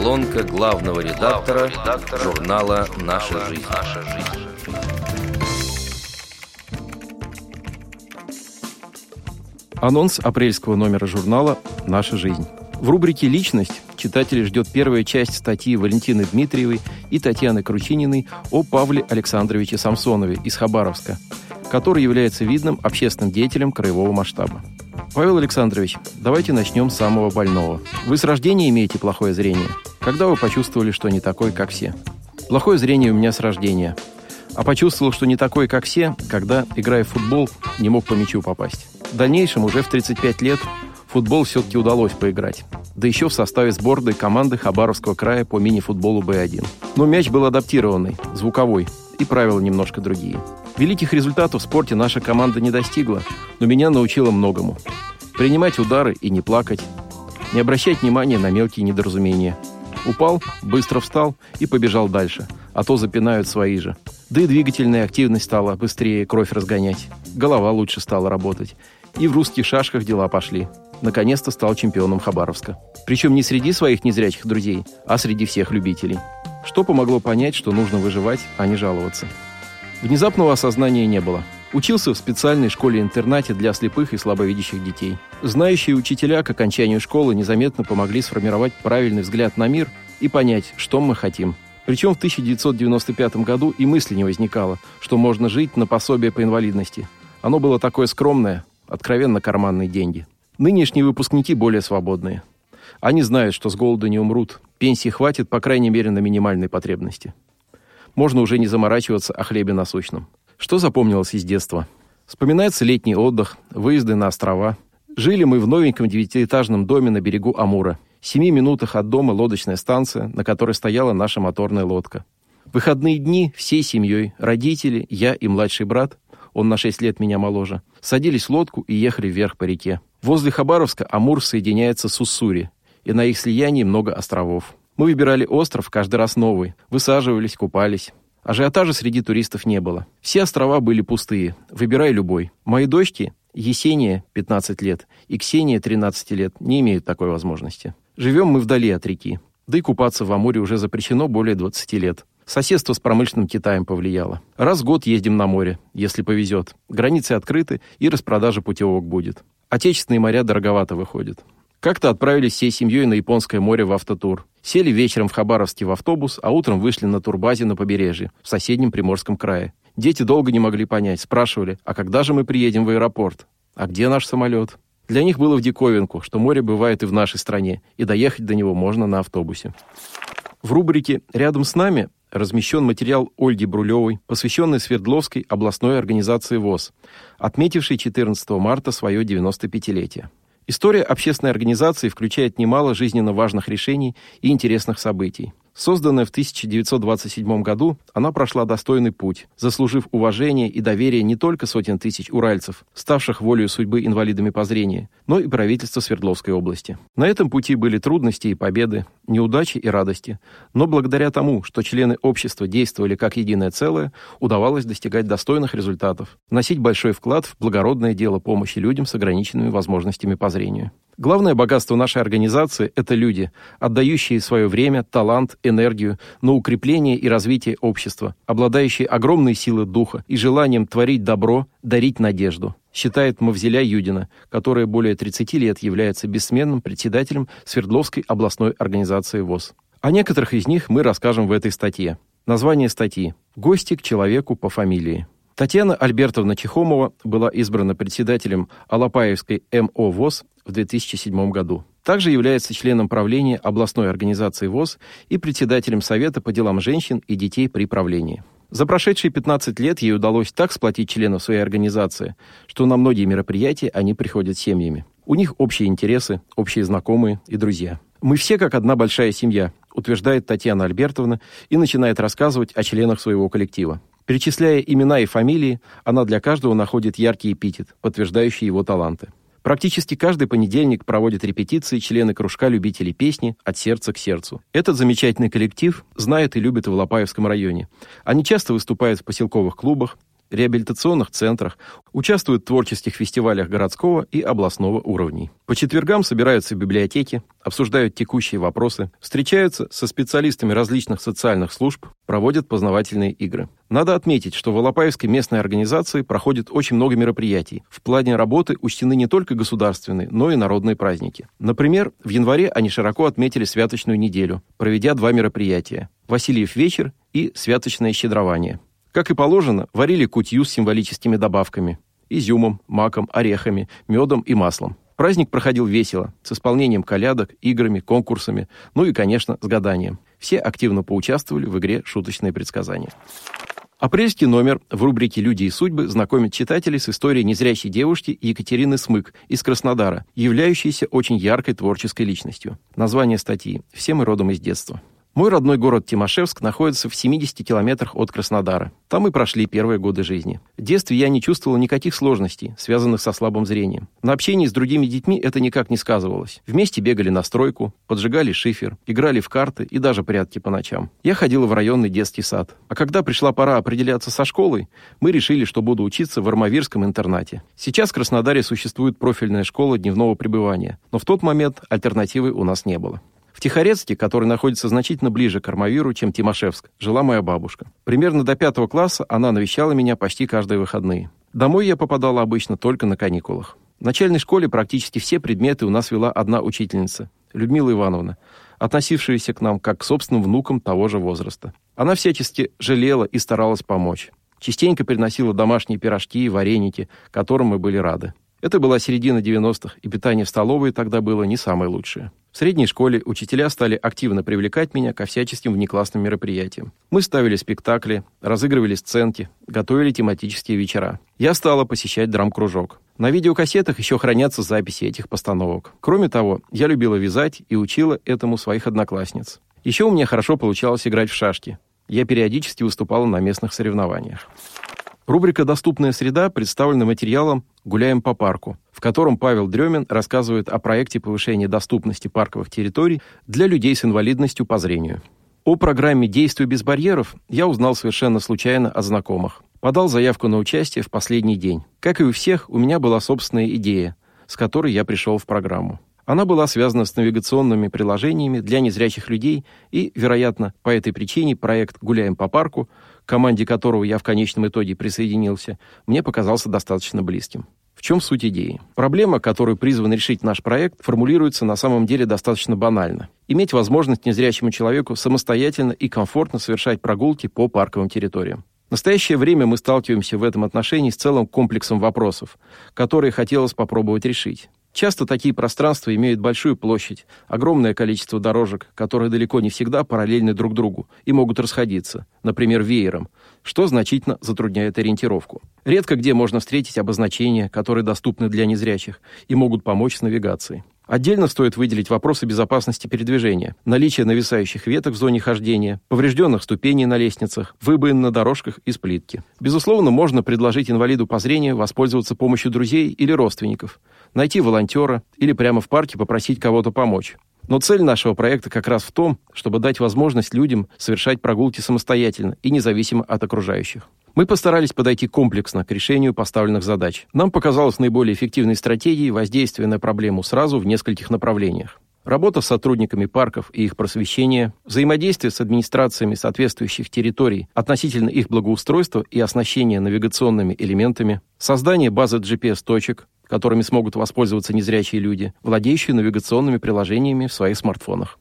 Колонка главного редактора журнала «Наша жизнь». Анонс апрельского номера журнала «Наша жизнь». В рубрике «Личность» читателей ждет первая часть статьи Валентины Дмитриевой и Татьяны Кручининой о Павле Александровиче Самсонове из Хабаровска, который является видным общественным деятелем краевого масштаба. Павел Александрович, давайте начнем с самого больного. Вы с рождения имеете плохое зрение? Когда вы почувствовали, что не такой, как все? Плохое зрение у меня с рождения. А почувствовал, что не такой, как все, когда, играя в футбол, не мог по мячу попасть. В дальнейшем, уже в 35 лет, в футбол все-таки удалось поиграть. Да еще в составе сборной команды Хабаровского края по мини-футболу Б1. Но мяч был адаптированный, звуковой, и правила немножко другие. Великих результатов в спорте наша команда не достигла, но меня научила многому. Принимать удары и не плакать, не обращать внимания на мелкие недоразумения. Упал, быстро встал и побежал дальше, а то запинают свои же. Да и двигательная активность стала быстрее кровь разгонять. Голова лучше стала работать. И в русских шашках дела пошли. Наконец-то стал чемпионом Хабаровска. Причем не среди своих незрячих друзей, а среди всех любителей. Что помогло понять, что нужно выживать, а не жаловаться. Внезапного осознания не было. Учился в специальной школе-интернате для слепых и слабовидящих детей. Знающие учителя к окончанию школы незаметно помогли сформировать правильный взгляд на мир и понять, что мы хотим. Причем в 1995 году и мысли не возникало, что можно жить на пособие по инвалидности. Оно было такое скромное, откровенно карманные деньги. Нынешние выпускники более свободные. Они знают, что с голоду не умрут. Пенсии хватит, по крайней мере, на минимальные потребности. Можно уже не заморачиваться о хлебе насущном. Что запомнилось из детства? Вспоминается летний отдых, выезды на острова. Жили мы в новеньком 9-этажном доме на берегу Амура. В 7 минутах от дома лодочная станция, на которой стояла наша моторная лодка. В выходные дни всей семьей, родители, я и младший брат, он на 6 лет меня моложе, садились в лодку и ехали вверх по реке. Возле Хабаровска Амур соединяется с Уссури, и на их слиянии много островов. Мы выбирали остров каждый раз новый, высаживались, купались. Ажиотажа среди туристов не было. Все острова были пустые, выбирай любой. Мои дочки, Есения, 15 лет, и Ксения, 13 лет, не имеют такой возможности. Живем мы вдали от реки. Да и купаться в Амуре уже запрещено более 20 лет. Соседство с промышленным Китаем повлияло. Раз в год ездим на море, если повезет. Границы открыты, и распродажа путевок будет. Отечественные моря дороговато выходят. Как-то отправились всей семьей на Японское море в автотур. Сели вечером в Хабаровске в автобус, а утром вышли на турбазе на побережье, в соседнем Приморском крае. Дети долго не могли понять, спрашивали, а когда же мы приедем в аэропорт? А где наш самолет? Для них было в диковинку, что море бывает и в нашей стране, и доехать до него можно на автобусе. В рубрике «Рядом с нами» размещен материал Ольги Брулевой, посвященный Свердловской областной организации ВОС, отметившей 14 марта свое 95-летие. История общественной организации включает немало жизненно важных решений и интересных событий. Созданная в 1927 году, она прошла достойный путь, заслужив уважение и доверие не только сотен тысяч уральцев, ставших волею судьбы инвалидами по зрению, но и правительства Свердловской области. На этом пути были трудности и победы, неудачи и радости. Но благодаря тому, что члены общества действовали как единое целое, удавалось достигать достойных результатов, вносить большой вклад в благородное дело помощи людям с ограниченными возможностями по зрению. Главное богатство нашей организации – это люди, отдающие свое время, талант, энергию на укрепление и развитие общества, обладающие огромной силой духа и желанием творить добро, дарить надежду, считает Мавзеля Юдина, которая более 30 лет является бессменным председателем Свердловской областной организации ВОС. О некоторых из них мы расскажем в этой статье. Название статьи «Гости к человеку по фамилии». Татьяна Альбертовна Чехомова была избрана председателем Алапаевской МО ВОС в 2007 году. Также является членом правления областной организации ВОС и председателем Совета по делам женщин и детей при правлении. За прошедшие 15 лет ей удалось так сплотить членов своей организации, что на многие мероприятия они приходят семьями. У них общие интересы, общие знакомые и друзья. «Мы все как одна большая семья», утверждает Татьяна Альбертовна и начинает рассказывать о членах своего коллектива. Перечисляя имена и фамилии, она для каждого находит яркий эпитет, подтверждающий его таланты. Практически каждый понедельник проводят репетиции члены кружка любителей песни «От сердца к сердцу». Этот замечательный коллектив знает и любит в Алапаевском районе. Они часто выступают в поселковых клубах, реабилитационных центрах, участвуют в творческих фестивалях городского и областного уровней. По четвергам собираются в библиотеке, обсуждают текущие вопросы, встречаются со специалистами различных социальных служб, проводят познавательные игры. Надо отметить, что в Алапаевской местной организации проходит очень много мероприятий. В плане работы учтены не только государственные, но и народные праздники. Например, в январе они широко отметили святочную неделю, проведя 2 мероприятия – Васильев вечер и святочное щедрование. Как и положено, варили кутью с символическими добавками – изюмом, маком, орехами, медом и маслом. Праздник проходил весело, с исполнением колядок, играми, конкурсами, ну и, конечно, с гаданием. Все активно поучаствовали в игре «Шуточные предсказания». Апрельский номер в рубрике «Люди и судьбы» знакомит читателей с историей незрячей девушки Екатерины Смык из Краснодара, являющейся очень яркой творческой личностью. Название статьи «Все мы родом из детства». Мой родной город Тимашевск находится в 70 километрах от Краснодара. Там и прошли первые годы жизни. В детстве я не чувствовал никаких сложностей, связанных со слабым зрением. На общении с другими детьми это никак не сказывалось. Вместе бегали на стройку, поджигали шифер, играли в карты и даже прятки по ночам. Я ходила в районный детский сад. А когда пришла пора определяться со школой, мы решили, что буду учиться в Армавирском интернате. Сейчас в Краснодаре существует профильная школа дневного пребывания, но в тот момент альтернативы у нас не было. В Тихорецке, который находится значительно ближе к Армавиру, чем Тимашевск, жила моя бабушка. Примерно до 5 класса она навещала меня почти каждые выходные. Домой я попадала обычно только на каникулах. В начальной школе практически все предметы у нас вела одна учительница, Людмила Ивановна, относившаяся к нам как к собственным внукам того же возраста. Она всячески жалела и старалась помочь. Частенько приносила домашние пирожки и вареники, которым мы были рады. Это была середина 90-х, и питание в столовой тогда было не самое лучшее. В средней школе учителя стали активно привлекать меня ко всяческим внеклассным мероприятиям. Мы ставили спектакли, разыгрывали сценки, готовили тематические вечера. Я стала посещать драм-кружок. На видеокассетах еще хранятся записи этих постановок. Кроме того, я любила вязать и учила этому своих одноклассниц. Еще у меня хорошо получалось играть в шашки. Я периодически выступала на местных соревнованиях. Рубрика «Доступная среда» представлена материалом «Гуляем по парку», в котором Павел Дрёмин рассказывает о проекте повышения доступности парковых территорий для людей с инвалидностью по зрению. О программе «Действуй без барьеров» я узнал совершенно случайно от знакомых. Подал заявку на участие в последний день. Как и у всех, у меня была собственная идея, с которой я пришел в программу. Она была связана с навигационными приложениями для незрячих людей и, вероятно, по этой причине проект «Гуляем по парку», к команде которого я в конечном итоге присоединился, мне показался достаточно близким. В чем суть идеи? Проблема, которую призван решить наш проект, формулируется на самом деле достаточно банально. Иметь возможность незрячему человеку самостоятельно и комфортно совершать прогулки по парковым территориям. В настоящее время мы сталкиваемся в этом отношении с целым комплексом вопросов, которые хотелось попробовать решить. Часто такие пространства имеют большую площадь, огромное количество дорожек, которые далеко не всегда параллельны друг другу и могут расходиться, например, веером, что значительно затрудняет ориентировку. Редко где можно встретить обозначения, которые доступны для незрячих и могут помочь с навигацией. Отдельно стоит выделить вопросы безопасности передвижения, наличие нависающих веток в зоне хождения, поврежденных ступеней на лестницах, выбоин на дорожках из плитки. Безусловно, можно предложить инвалиду по зрению воспользоваться помощью друзей или родственников, найти волонтера или прямо в парке попросить кого-то помочь. Но цель нашего проекта как раз в том, чтобы дать возможность людям совершать прогулки самостоятельно и независимо от окружающих. Мы постарались подойти комплексно к решению поставленных задач. Нам показалось наиболее эффективной стратегией воздействия на проблему сразу в нескольких направлениях. Работа с сотрудниками парков и их просвещение, взаимодействие с администрациями соответствующих территорий относительно их благоустройства и оснащения навигационными элементами, создание базы GPS-точек, которыми смогут воспользоваться незрячие люди, владеющие навигационными приложениями в своих смартфонах.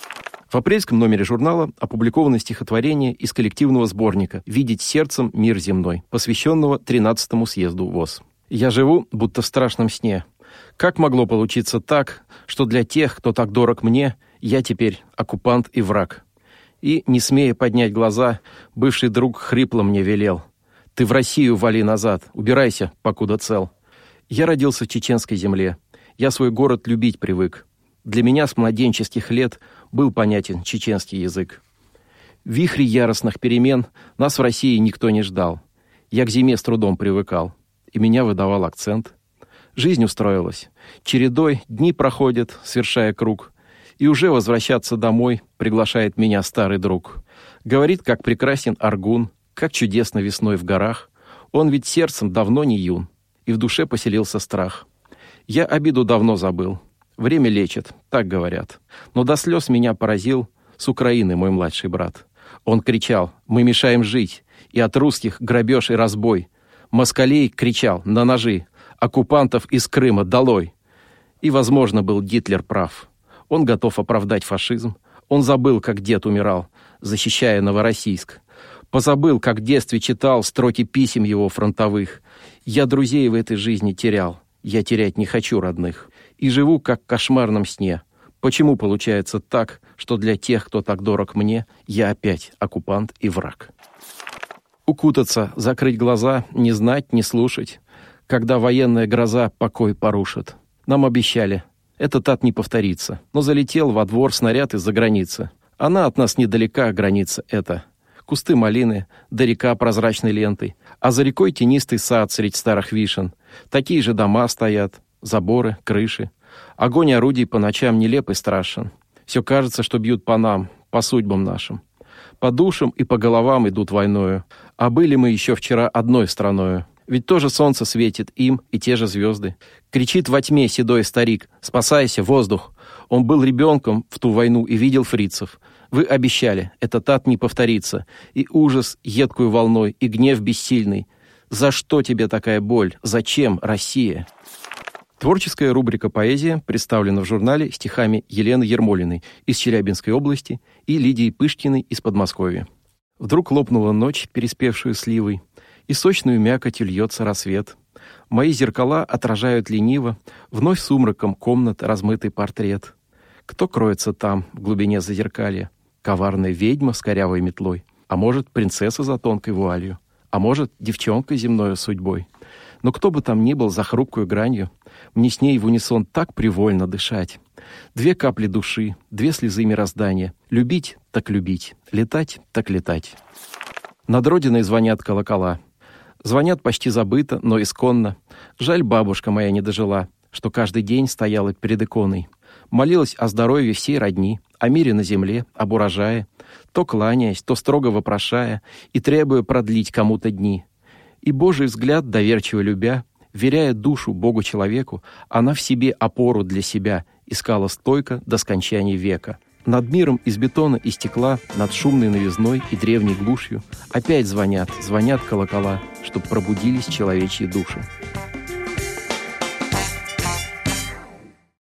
В апрельском номере журнала опубликовано стихотворение из коллективного сборника «Видеть сердцем мир земной», посвященного 13-му съезду ВОС. «Я живу, будто в страшном сне. Как могло получиться так, что для тех, кто так дорог мне, я теперь оккупант и враг? И, не смея поднять глаза, бывший друг хрипло мне велел: ты в Россию вали назад, убирайся, покуда цел. Я родился в чеченской земле, я свой город любить привык. Для меня с младенческих лет был понятен чеченский язык. В вихре яростных перемен нас в России никто не ждал. Я к зиме с трудом привыкал, и меня выдавал акцент. Жизнь устроилась. Чередой дни проходят, свершая круг, и уже возвращаться домой приглашает меня старый друг. Говорит, как прекрасен Аргун, как чудесно весной в горах. Он ведь сердцем давно не юн, и в душе поселился страх. Я обиду давно забыл. Время лечит, так говорят. Но до слез меня поразил с Украины мой младший брат. Он кричал: «Мы мешаем жить!» И от русских грабеж и разбой. Москалей кричал: «На ножи! Оккупантов из Крыма долой!» И, возможно, был Гитлер прав. Он готов оправдать фашизм. Он забыл, как дед умирал, защищая Новороссийск. Позабыл, как в детстве читал строки писем его фронтовых. Я друзей в этой жизни терял. Я терять не хочу родных. И живу, как в кошмарном сне. Почему получается так, что для тех, кто так дорог мне, я опять оккупант и враг? Укутаться, закрыть глаза, не знать, не слушать, когда военная гроза покой порушит. Нам обещали, этот ад не повторится, но залетел во двор снаряд из-за границы. Она от нас недалека, граница эта. Кусты малины, да река прозрачной лентой, а за рекой тенистый сад средь старых вишен. Такие же дома стоят, заборы, крыши. Огонь орудий по ночам нелеп и страшен. Все кажется, что бьют по нам, по судьбам нашим. По душам и по головам идут войною. А были мы еще вчера одной страною. Ведь тоже солнце светит им и те же звезды. Кричит во тьме седой старик: «Спасайся, воздух!» Он был ребенком в ту войну и видел фрицев. Вы обещали, этот ад не повторится. И ужас едкую волной, и гнев бессильный. За что тебе такая боль? Зачем, Россия? Творческая рубрика «Поэзия» представлена в журнале стихами Елены Ермолиной из Челябинской области и Лидии Пышкиной из Подмосковья. Вдруг лопнула ночь, переспевшую сливой, и сочную мякотью льется рассвет. Мои зеркала отражают лениво вновь сумраком комнат размытый портрет. Кто кроется там, в глубине зазеркалья? Коварная ведьма с корявой метлой, а может, принцесса за тонкой вуалью, а может, девчонка земною судьбой. Но кто бы там ни был за хрупкую гранью, мне с ней в унисон так привольно дышать. 2 капли души, 2 слезы мироздания. Любить так любить, летать так летать. Над родиной звонят колокола. Звонят почти забыто, но исконно. Жаль, бабушка моя не дожила, что каждый день стояла перед иконой. Молилась о здоровье всей родни, о мире на земле, об урожае, то кланяясь, то строго вопрошая и требуя продлить кому-то дни. И Божий взгляд, доверчиво любя, веряя душу Богу-человеку, она в себе опору для себя искала стойко до скончания века. Над миром из бетона и стекла, над шумной новизной и древней глушью опять звонят колокола, чтоб пробудились человечьи души.